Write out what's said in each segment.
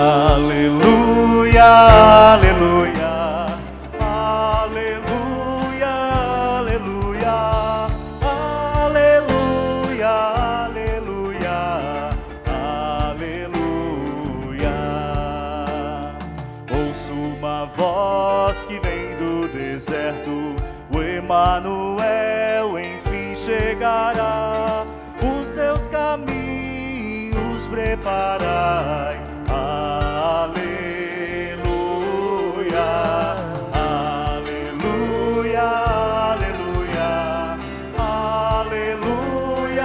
Aleluia, aleluia, aleluia, aleluia, aleluia, aleluia, aleluia. Ouço uma voz que vem do deserto, o Emanuel enfim chegará, os seus caminhos preparai. Aleluia, aleluia, aleluia, aleluia,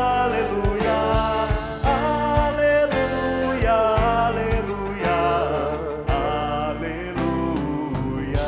aleluia, aleluia, aleluia.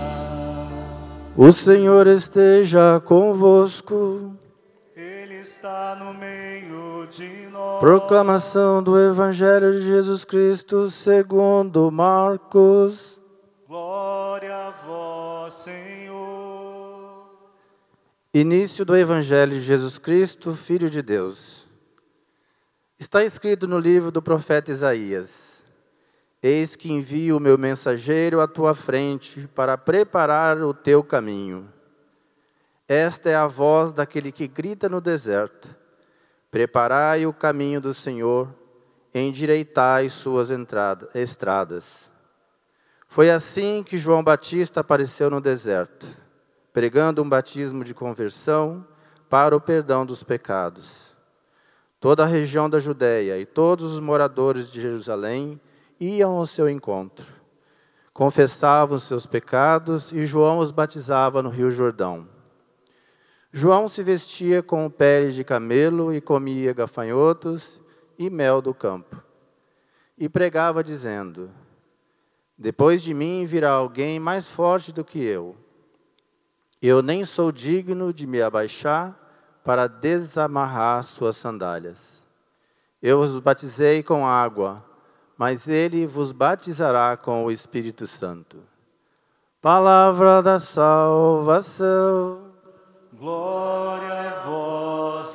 O Senhor esteja convosco. Ele está no meio de nós. Proclamação do Evangelho de Jesus Cristo segundo Marcos. Glória a vós, Senhor. Início do Evangelho de Jesus Cristo, Filho de Deus. Está escrito no livro do profeta Isaías: Eis que envio o meu mensageiro à tua frente para preparar o teu caminho. Esta é a voz daquele que grita no deserto: preparai o caminho do Senhor, endireitai suas estradas. Foi assim que João Batista apareceu no deserto, pregando um batismo de conversão para o perdão dos pecados. Toda a região da Judéia e todos os moradores de Jerusalém iam ao seu encontro. Confessavam os seus pecados e João os batizava no Rio Jordão. João se vestia com pele de camelo e comia gafanhotos e mel do campo. E pregava dizendo: depois de mim virá alguém mais forte do que eu. Eu nem sou digno de me abaixar para desamarrar suas sandálias. Eu vos batizei com água, mas ele vos batizará com o Espírito Santo. Palavra da salvação. Glória a vós,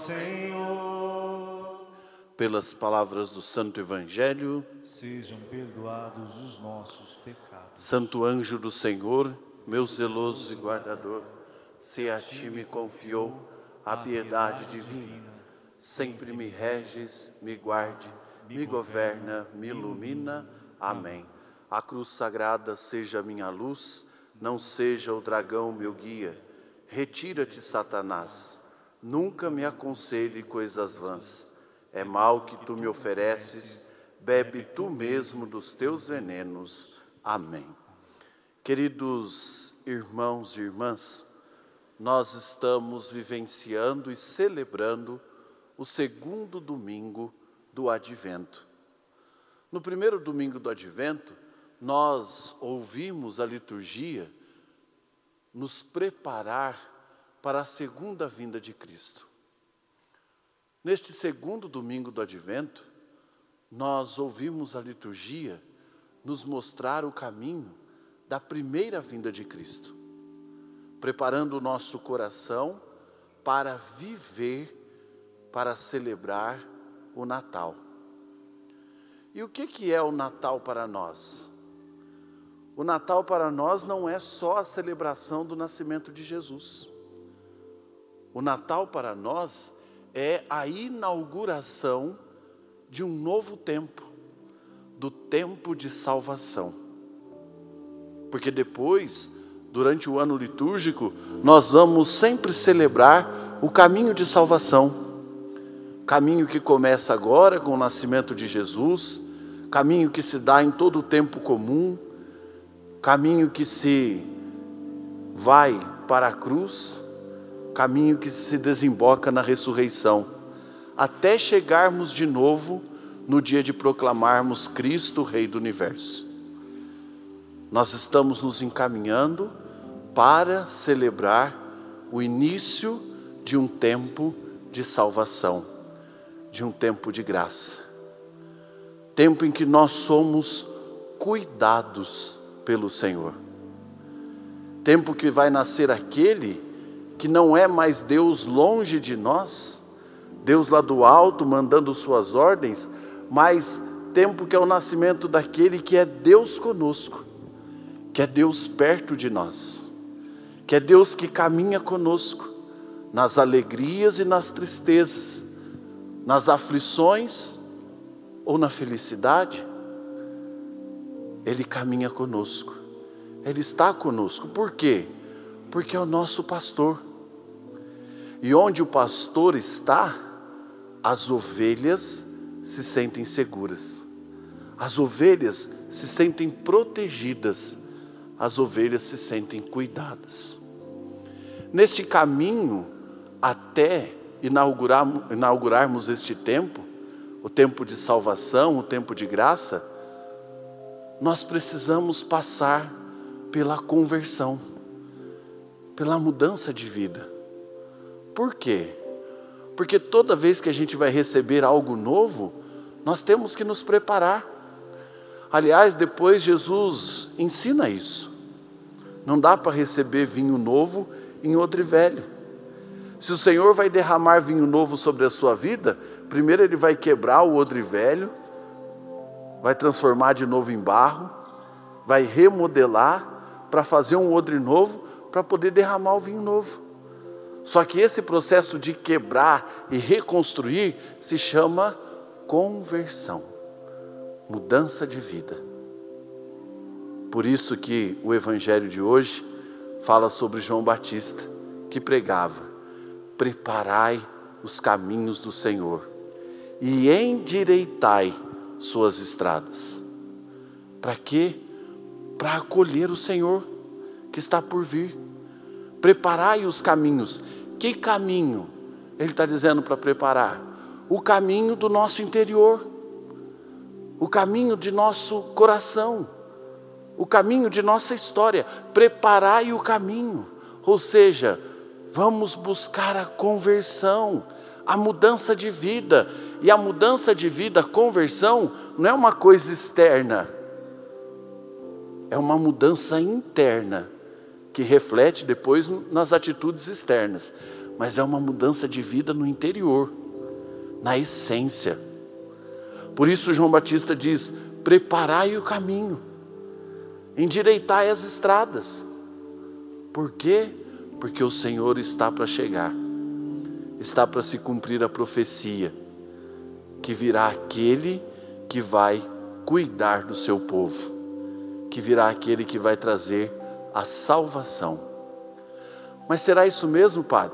Senhor. Pelas palavras do Santo Evangelho, Sejam perdoados os nossos pecados. Santo anjo do Senhor, meu zeloso e guardador, se a ti me confiou a piedade divina, sempre me reges, me guarde, me governa, me ilumina. Amém. A cruz sagrada seja minha luz, não seja o dragão meu guia. Retira-te, Satanás, nunca me aconselhe coisas vãs. É mal que tu me ofereces, bebe tu mesmo dos teus venenos. Amém. Queridos irmãos e irmãs, nós estamos vivenciando e celebrando o segundo domingo do Advento. No primeiro domingo do Advento, nós ouvimos a liturgia nos preparar para a segunda vinda de Cristo. Neste segundo domingo do Advento, nós ouvimos a liturgia nos mostrar o caminho da primeira vinda de Cristo, preparando o nosso coração para viver, para celebrar o Natal. E o que é o Natal para nós? O Natal para nós não é só a celebração do nascimento de Jesus. O Natal para nós é a inauguração de um novo tempo, do tempo de salvação. Porque depois, durante o ano litúrgico, nós vamos sempre celebrar o caminho de salvação. Caminho que começa agora com o nascimento de Jesus, caminho que se dá em todo o tempo comum, caminho que se vai para a cruz, caminho que se desemboca na ressurreição, até chegarmos de novo no dia de proclamarmos Cristo, Rei do Universo. Nós estamos nos encaminhando para celebrar o início de um tempo de salvação, de um tempo de graça. Tempo em que nós somos cuidados pelo Senhor. Tempo que vai nascer aquele que não é mais Deus longe de nós, Deus lá do alto mandando suas ordens, mas tempo que é o nascimento daquele que é Deus conosco, que é Deus perto de nós, que é Deus que caminha conosco nas alegrias e nas tristezas, nas aflições ou na felicidade. Ele caminha conosco, Ele está conosco. Por quê? Porque é o nosso pastor. E onde o pastor está, as ovelhas se sentem seguras, as ovelhas se sentem protegidas, as ovelhas se sentem cuidadas. Neste caminho, até inaugurarmos este tempo, o tempo de salvação, o tempo de graça, nós precisamos passar pela conversão, pela mudança de vida. Por quê? Porque toda vez que a gente vai receber algo novo, nós temos que nos preparar. Aliás, depois Jesus ensina isso. Não dá para receber vinho novo em odre velho. Se o Senhor vai derramar vinho novo sobre a sua vida, primeiro Ele vai quebrar o odre velho, vai transformar de novo em barro, vai remodelar para fazer um odre novo, para poder derramar o vinho novo. Só que esse processo de quebrar e reconstruir se chama conversão, mudança de vida. Por isso que o Evangelho de hoje fala sobre João Batista, que pregava: preparai os caminhos do Senhor e endireitai suas estradas. Para quê? Para acolher o Senhor que está por vir. Preparai os caminhos. Que caminho? Ele está dizendo para preparar. O caminho do nosso interior, o caminho de nosso coração, o caminho de nossa história. Preparai o caminho, ou seja, vamos buscar a conversão, a mudança de vida. E a mudança de vida, a conversão, não é uma coisa externa, é uma mudança interna, que reflete depois nas atitudes externas, mas é uma mudança de vida no interior, na essência. Por isso João Batista diz: preparai o caminho, endireitai as estradas. Por quê? Porque o Senhor está para chegar, está para se cumprir a profecia, que virá aquele que vai cuidar do seu povo, que virá aquele que vai trazer a salvação. Mas será isso mesmo, Padre?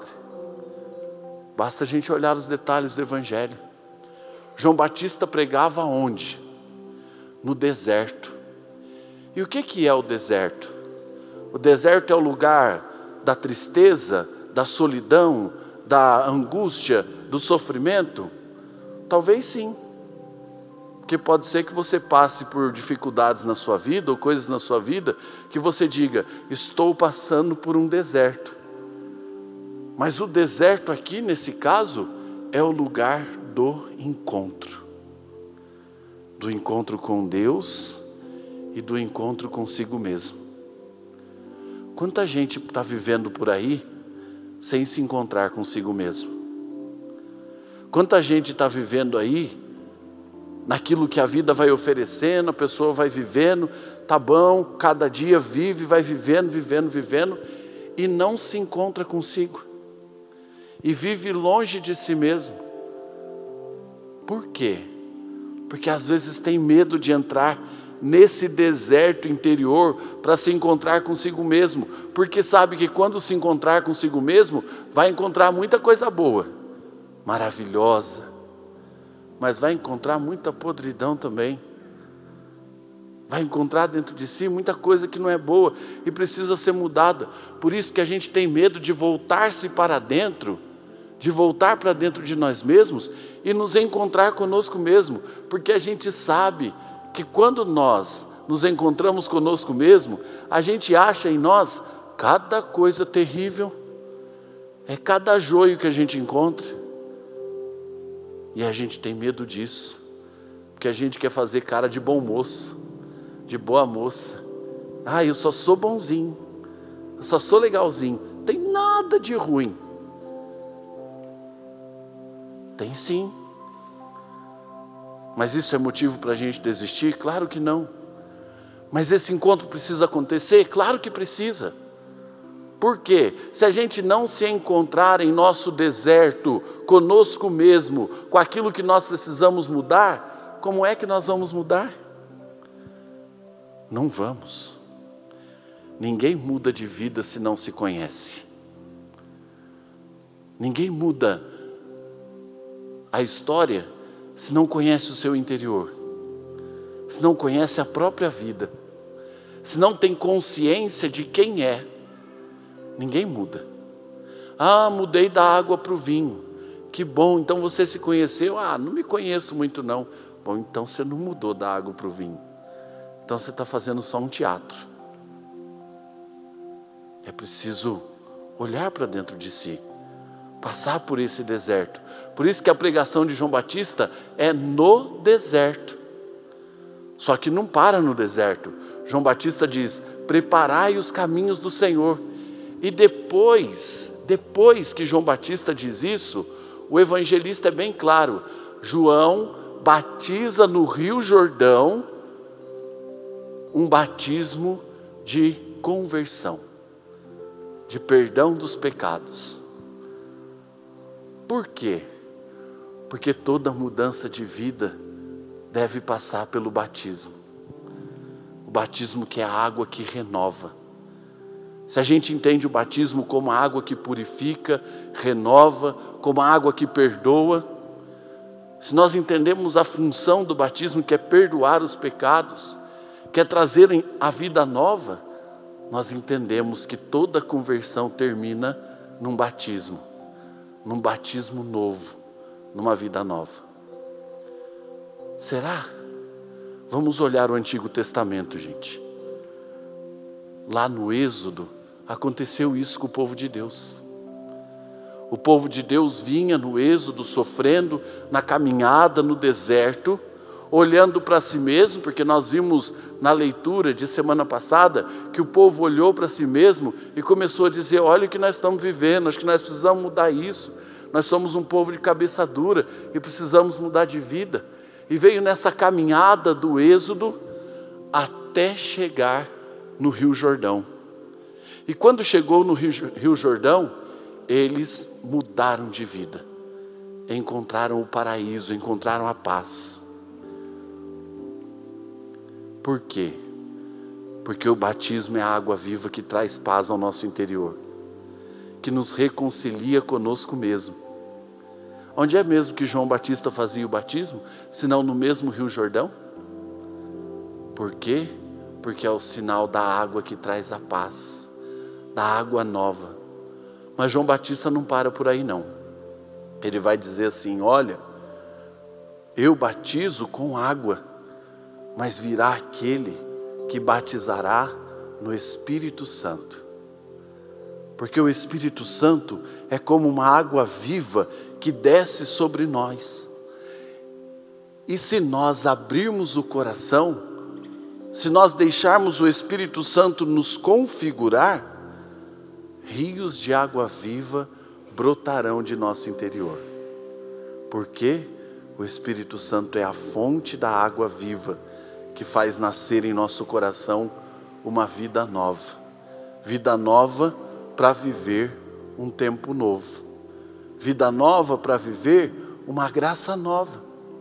Basta a gente olhar os detalhes do Evangelho. João Batista pregava onde? No deserto. E o que é o deserto? O deserto é o lugar da tristeza, da solidão, da angústia, do sofrimento? Talvez sim. Porque pode ser que você passe por dificuldades na sua vida, ou coisas na sua vida, que você diga: estou passando por um deserto. Mas o deserto aqui, nesse caso, é o lugar do encontro. Do encontro com Deus e do encontro consigo mesmo. Quanta gente está vivendo por aí sem se encontrar consigo mesmo? Quanta gente está vivendo aí naquilo que a vida vai oferecendo, a pessoa vai vivendo, tá bom, cada dia vive, vai vivendo, e não se encontra consigo, e vive longe de si mesmo. Por quê? Porque às vezes tem medo de entrar nesse deserto interior para se encontrar consigo mesmo, porque sabe que quando se encontrar consigo mesmo, vai encontrar muita coisa boa, maravilhosa, mas vai encontrar muita podridão também. Vai encontrar dentro de si muita coisa que não é boa e precisa ser mudada. Por isso que a gente tem medo de voltar-se para dentro, de voltar para dentro de nós mesmos e nos encontrar conosco mesmo, porque a gente sabe que quando nós nos encontramos conosco mesmo, a gente acha em nós cada coisa terrível, é cada joio que a gente encontra. E a gente tem medo disso, porque a gente quer fazer cara de bom moço, de boa moça. Ah, eu só sou bonzinho, eu só sou legalzinho. Tem nada de ruim. Tem sim. Mas isso é motivo para a gente desistir? Claro que não. Mas esse encontro precisa acontecer? Claro que precisa. Por quê? Se a gente não se encontrar em nosso deserto, conosco mesmo, com aquilo que nós precisamos mudar, como é que nós vamos mudar? Não vamos. Ninguém muda de vida se não se conhece. Ninguém muda a história se não conhece o seu interior, se não conhece a própria vida, se não tem consciência de quem é. Ninguém muda. Ah, mudei da água para o vinho. Que bom, então você se conheceu? Ah, não me conheço muito não. Bom, então você não mudou da água para o vinho. Então você está fazendo só um teatro. É preciso olhar para dentro de si, passar por esse deserto. Por isso que a pregação de João Batista é no deserto. Só que não para no deserto. João Batista diz: preparai os caminhos do Senhor. E depois que João Batista diz isso, o evangelista é bem claro. João batiza no Rio Jordão um batismo de conversão, de perdão dos pecados. Por quê? Porque toda mudança de vida deve passar pelo batismo. O batismo que é a água que renova. Se a gente entende o batismo como a água que purifica, renova, como a água que perdoa, se nós entendemos a função do batismo, que é perdoar os pecados, que é trazer a vida nova, nós entendemos que toda conversão termina num batismo novo, numa vida nova. Será? Vamos olhar o Antigo Testamento, gente. Lá no Êxodo, aconteceu isso com o povo de Deus. O povo de Deus vinha no Êxodo sofrendo, na caminhada no deserto, olhando para si mesmo, porque nós vimos na leitura de semana passada, que o povo olhou para si mesmo e começou a dizer: olha o que nós estamos vivendo, acho que nós precisamos mudar isso, nós somos um povo de cabeça dura e precisamos mudar de vida. E veio nessa caminhada do Êxodo até chegar no Rio Jordão. E quando chegou no Rio Jordão, eles mudaram de vida, encontraram o paraíso, encontraram a paz. Por quê? Porque o batismo é a água viva que traz paz ao nosso interior, que nos reconcilia conosco mesmo. Onde é mesmo que João Batista fazia o batismo, se não no mesmo Rio Jordão? Por quê? Porque é o sinal da água que traz a paz, da água nova. Mas João Batista não para por aí não. Ele vai dizer assim: olha, eu batizo com água, mas virá aquele que batizará no Espírito Santo. Porque o Espírito Santo é como uma água viva que desce sobre nós. E se nós abrirmos o coração, se nós deixarmos o Espírito Santo nos configurar, rios de água viva brotarão de nosso interior. Porque o Espírito Santo é a fonte da água viva que faz nascer em nosso coração uma vida nova. Vida nova para viver um tempo novo. Vida nova para viver uma graça nova.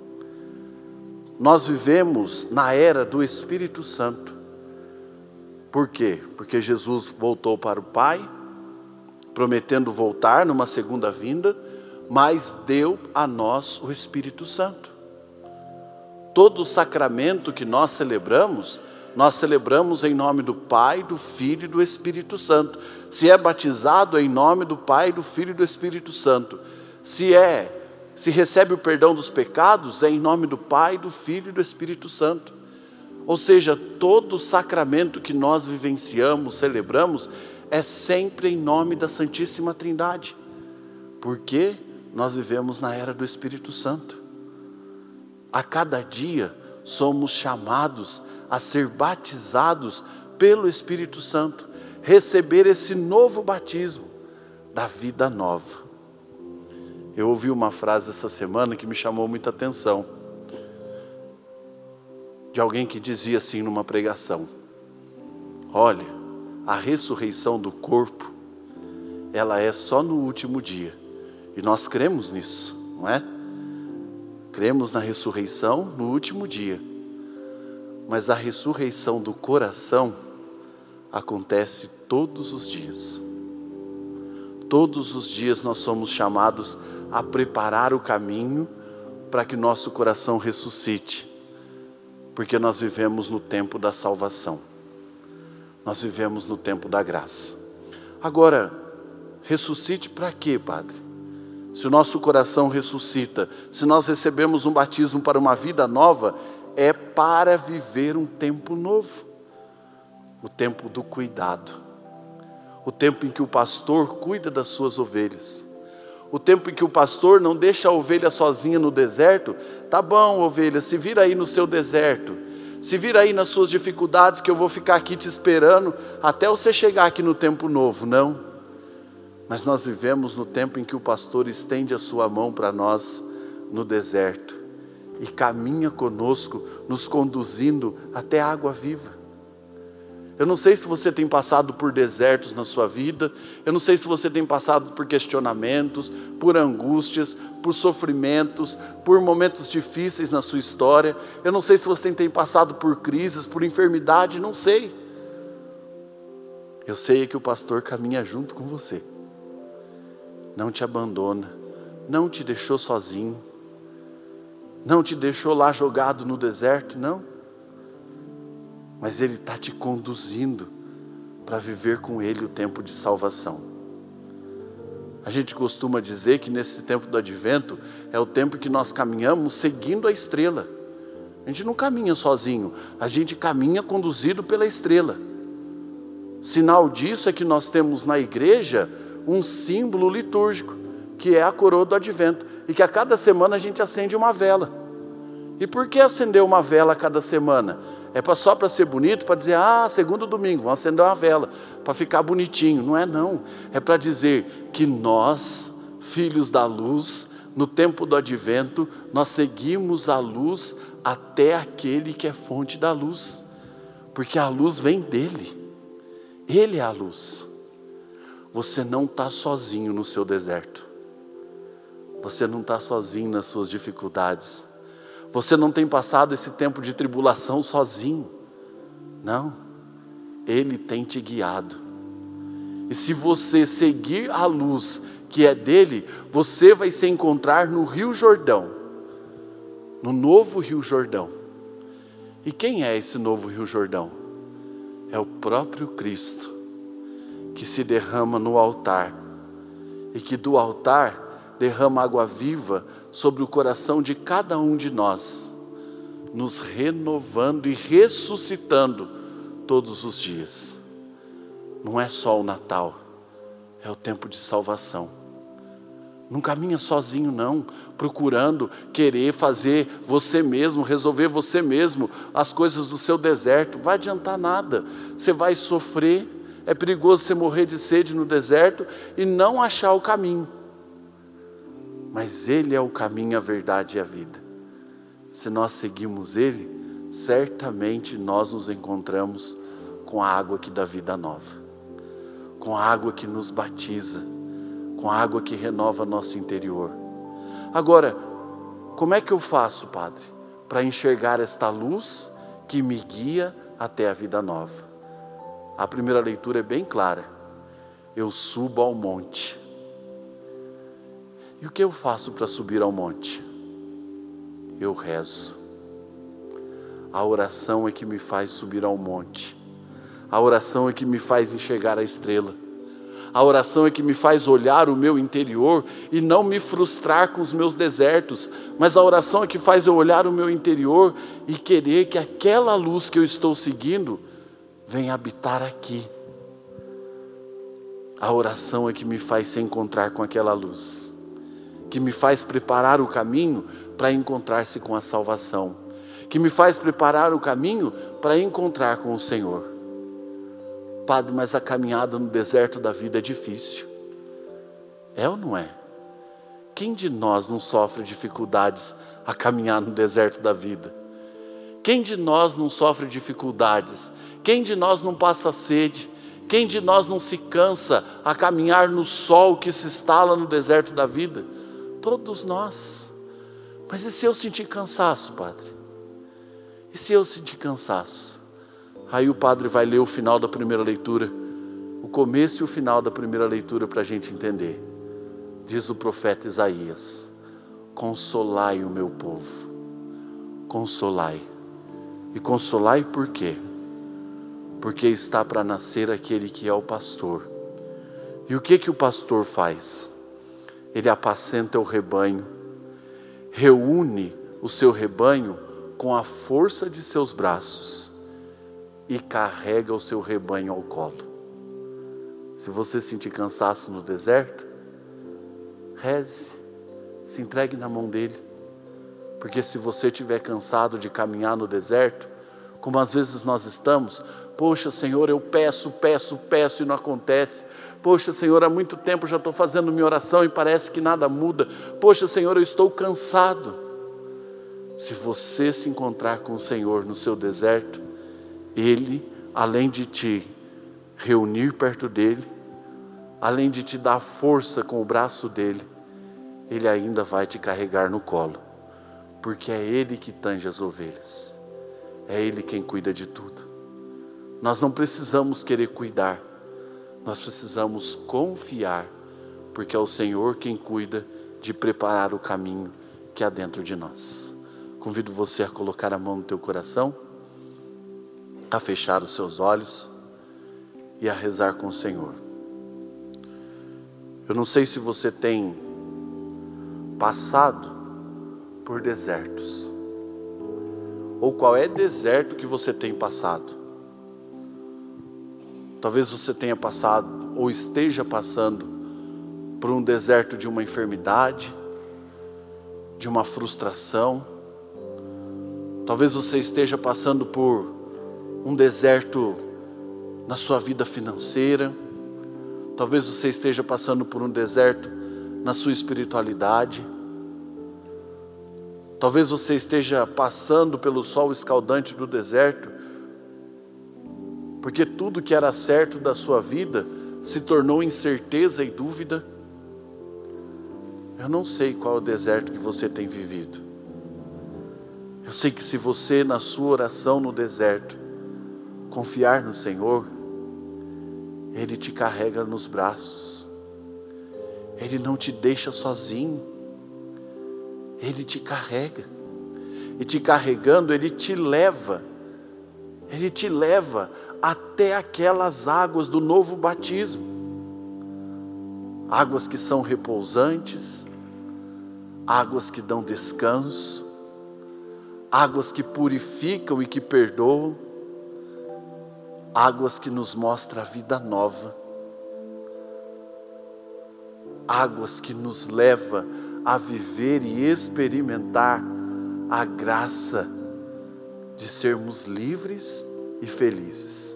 Nós vivemos na era do Espírito Santo. Por quê? Porque Jesus voltou para o Pai, prometendo voltar numa segunda vinda, mas deu a nós o Espírito Santo. Todo o sacramento que nós celebramos em nome do Pai, do Filho e do Espírito Santo. Se é batizado, é em nome do Pai, do Filho e do Espírito Santo. Se recebe o perdão dos pecados, é em nome do Pai, do Filho e do Espírito Santo. Ou seja, todo o sacramento que nós vivenciamos, celebramos, é sempre em nome da Santíssima Trindade. Porque nós vivemos na era do Espírito Santo. A cada dia somos chamados a ser batizados pelo Espírito Santo, receber esse novo batismo da vida nova. Eu ouvi uma frase essa semana que me chamou muita atenção. de alguém que dizia assim numa pregação: olha, a ressurreição do corpo, ela é só no último dia. E nós cremos nisso, não é? Cremos na ressurreição no último dia. Mas a ressurreição do coração acontece todos os dias. Todos os dias nós somos chamados a preparar o caminho para que nosso coração ressuscite. Porque nós vivemos no tempo da salvação. Nós vivemos no tempo da graça. Agora, ressuscite para quê, Padre? Se o nosso coração ressuscita, se nós recebemos um batismo para uma vida nova, é para viver um tempo novo. O tempo do cuidado. O tempo em que o pastor cuida das suas ovelhas. O tempo em que o pastor não deixa a ovelha sozinha no deserto. Tá bom, ovelha, se vira aí no seu deserto. Se vira aí nas suas dificuldades, que eu vou ficar aqui te esperando até você chegar aqui no tempo novo. Não. Mas nós vivemos no tempo em que o pastor estende a sua mão para nós no deserto e caminha conosco, nos conduzindo até a água viva. Eu não sei se você tem passado por desertos na sua vida, eu não sei se você tem passado por questionamentos, por angústias, por sofrimentos, por momentos difíceis na sua história, eu não sei se você tem passado por crises, por enfermidade, não sei. Eu sei que o pastor caminha junto com você. Não te abandona, não te deixou sozinho, não te deixou lá jogado no deserto, não. Mas Ele está te conduzindo para viver com Ele o tempo de salvação. A gente costuma dizer que nesse tempo do advento é o tempo que nós caminhamos seguindo a estrela. A gente não caminha sozinho, a gente caminha conduzido pela estrela. Sinal disso é que nós temos na igreja um símbolo litúrgico, que é a coroa do advento, e que a cada semana a gente acende uma vela. E por que acender uma vela a cada semana? É só para ser bonito, para dizer, segundo domingo, vamos acender uma vela, para ficar bonitinho. Não é não, é para dizer que nós, filhos da luz, no tempo do advento, nós seguimos a luz até aquele que é fonte da luz, porque a luz vem dele, Ele é a luz. Você não está sozinho no seu deserto. Você não está sozinho nas suas dificuldades. Você não tem passado esse tempo de tribulação sozinho. Não. Ele tem te guiado. E se você seguir a luz que é dele, você vai se encontrar no Rio Jordão. No novo Rio Jordão. E quem é esse novo Rio Jordão? É o próprio Cristo, que se derrama no altar, e que do altar derrama água viva sobre o coração de cada um de nós, nos renovando e ressuscitando todos os dias. Não é só o Natal, é o tempo de salvação. Não caminha sozinho não, procurando querer fazer você mesmo, resolver você mesmo as coisas do seu deserto. Não vai adiantar nada, você vai sofrer. É perigoso você morrer de sede no deserto e não achar o caminho. Mas Ele é o caminho, a verdade e a vida. Se nós seguimos Ele, certamente nós nos encontramos com a água que dá vida nova. Com a água que nos batiza. Com a água que renova nosso interior. Agora, como é que eu faço, Padre, para enxergar esta luz que me guia até a vida nova? A primeira leitura é bem clara. Eu subo ao monte. E o que eu faço para subir ao monte? Eu rezo. A oração é que me faz subir ao monte. A oração é que me faz enxergar a estrela. A oração é que me faz olhar o meu interior e não me frustrar com os meus desertos. Mas a oração é que faz eu olhar o meu interior e querer que aquela luz que eu estou seguindo venha habitar aqui. A oração é que me faz se encontrar com aquela luz, que me faz preparar o caminho para encontrar-se com a salvação, que me faz preparar o caminho para encontrar com o Senhor. Padre, mas a caminhada no deserto da vida é difícil. É ou não é? Quem de nós não sofre dificuldades a caminhar no deserto da vida? Quem de nós não sofre dificuldades? Quem de nós não passa sede? Quem de nós não se cansa a caminhar no sol que se instala no deserto da vida? Todos nós. Mas e se eu sentir cansaço, Padre? E se eu sentir cansaço? Aí o Padre vai ler o final da primeira leitura, o começo e o final da primeira leitura para a gente entender. Diz o profeta Isaías: consolai o meu povo, consolai. E consolai por quê? Porque está para nascer aquele que é o pastor. E o que o pastor faz? Ele apacenta o rebanho, reúne o seu rebanho com a força de seus braços e carrega o seu rebanho ao colo. Se você sentir cansaço no deserto, reze, se entregue na mão dele. Porque se você estiver cansado de caminhar no deserto, como às vezes nós estamos, poxa Senhor, eu peço e não acontece. Poxa Senhor, há muito tempo já estou fazendo minha oração e parece que nada muda. Poxa Senhor, eu estou cansado. Se você se encontrar com o Senhor no seu deserto, Ele, além de te reunir perto dele, além de te dar força com o braço dele, Ele ainda vai te carregar no colo. Porque é Ele que tange as ovelhas. É Ele quem cuida de tudo. Nós não precisamos querer cuidar. Nós precisamos confiar. Porque é o Senhor quem cuida de preparar o caminho que há dentro de nós. Convido você a colocar a mão no teu coração, a fechar os seus olhos e a rezar com o Senhor. Eu não sei se você tem passado por desertos, ou qual é deserto que você tem passado. Talvez você tenha passado ou esteja passando por um deserto de uma enfermidade, de uma frustração. Talvez você esteja passando por um deserto na sua vida financeira. Talvez você esteja passando por um deserto na sua espiritualidade. Talvez você esteja passando pelo sol escaldante do deserto, porque tudo que era certo da sua vida se tornou incerteza e dúvida. Eu não sei qual é o deserto que você tem vivido. Eu sei que se você, na sua oração no deserto, confiar no Senhor, Ele te carrega nos braços. Ele não te deixa sozinho. Ele te carrega. E te carregando, Ele te leva. Ele te leva até aquelas águas do novo batismo. Águas que são repousantes, águas que dão descanso, águas que purificam e que perdoam, águas que nos mostram a vida nova, águas que nos leva a viver e experimentar a graça de sermos livres e felizes.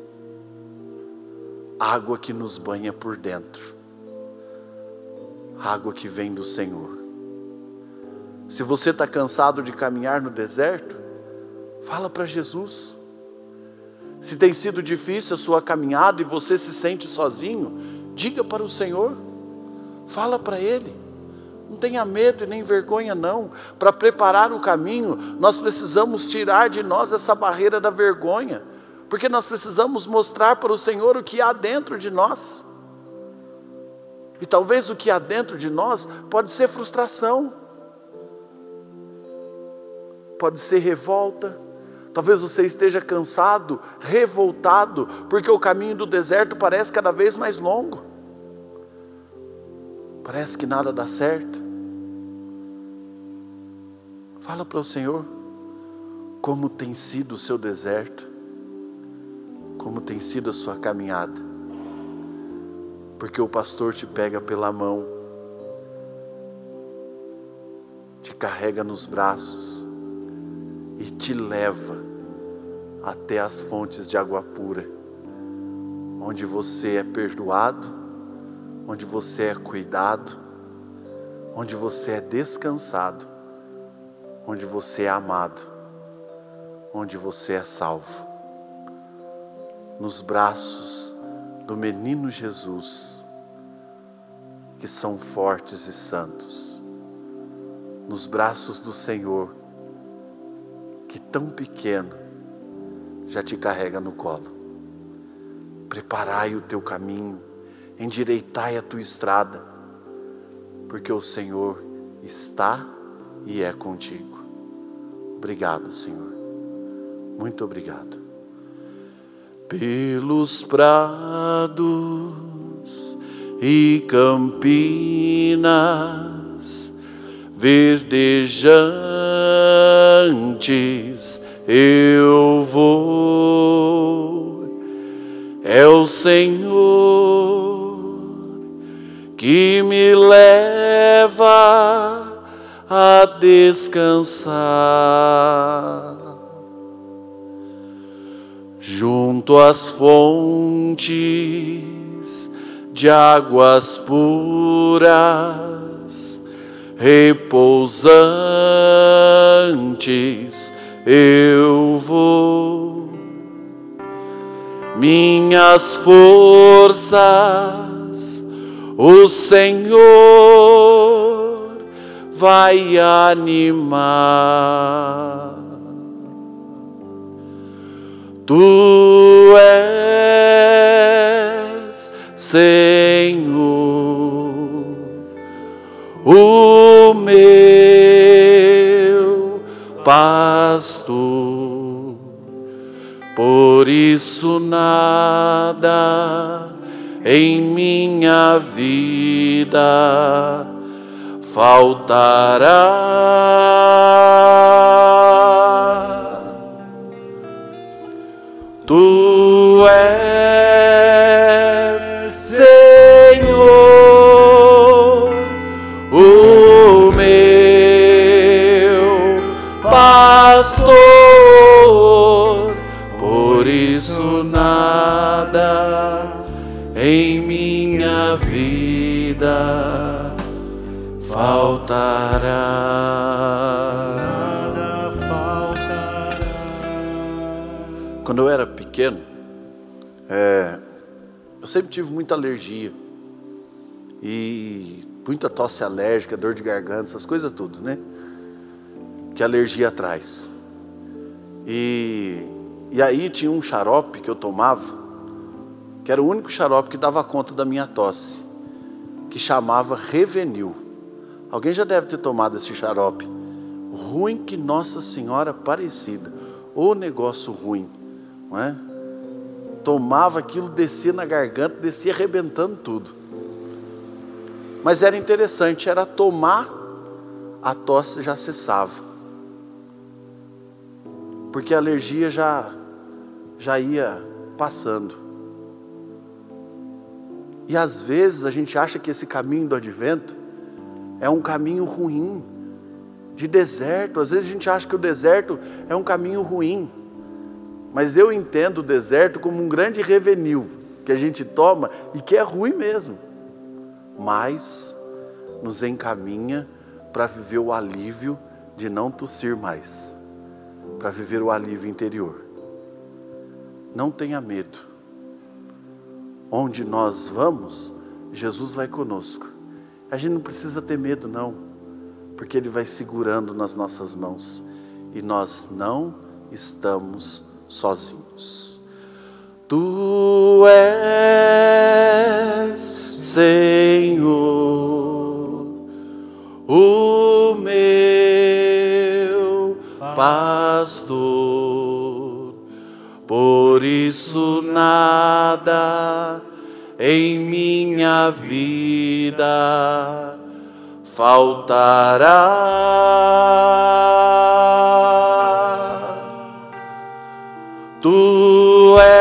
Água que nos banha por dentro, água que vem do Senhor. Se você está cansado de caminhar no deserto, fala para Jesus. Se tem sido difícil a sua caminhada e você se sente sozinho, diga para o Senhor, fala para Ele. Não tenha medo e nem vergonha não. Para preparar o caminho, nós precisamos tirar de nós essa barreira da vergonha, porque nós precisamos mostrar para o Senhor o que há dentro de nós. E talvez o que há dentro de nós pode ser frustração, pode ser revolta. Talvez você esteja cansado, revoltado, porque o caminho do deserto parece cada vez mais longo. Parece que nada dá certo. Fala para o Senhor como tem sido o seu deserto, como tem sido a sua caminhada. Porque o pastor te pega pela mão, te carrega nos braços e te leva até as fontes de água pura, onde você é perdoado, onde você é cuidado, onde você é descansado, onde você é amado, onde você é salvo. Nos braços do menino Jesus, que são fortes e santos. Nos braços do Senhor, que tão pequeno já te carrega no colo. Preparai o teu caminho, endireitai a tua estrada, porque o Senhor está e é contigo. Obrigado, Senhor. Muito obrigado. Pelos prados e campinas verdejantes eu vou. É o Senhor que me leva a descansar junto às fontes de águas puras, repousantes eu vou. Minhas forças o Senhor vai animar. Tu és, Senhor, o meu pastor, por isso nada em minha vida faltará. Tu és, Senhor, o meu pastor, por isso nada em minha vida faltará. Nada faltará. Quando eu era pequeno, eu sempre tive muita alergia e muita tosse alérgica, dor de garganta, essas coisas tudo, né? Que a alergia traz. E aí tinha um xarope que eu tomava, que era o único xarope que dava conta da minha tosse, que chamava Revenil. Alguém já deve ter tomado esse xarope. Ruim que Nossa Senhora Aparecida. Ô negócio ruim, não é? Tomava aquilo, descia na garganta, descia arrebentando tudo. Mas era interessante, era tomar, a tosse já cessava. Porque a alergia já ia passando. E às vezes a gente acha que esse caminho do advento é um caminho ruim, de deserto. Às vezes a gente acha que o deserto é um caminho ruim. Mas eu entendo o deserto como um grande revenil que a gente toma e que é ruim mesmo. Mas nos encaminha para viver o alívio de não tossir mais. Para viver o alívio interior. Não tenha medo. Onde nós vamos, Jesus vai conosco. A gente não precisa ter medo não, porque Ele vai segurando nas nossas mãos. E nós não estamos sozinhos. Tu és, Senhor, o meu pastor, por isso nada em minha vida faltará. Tu és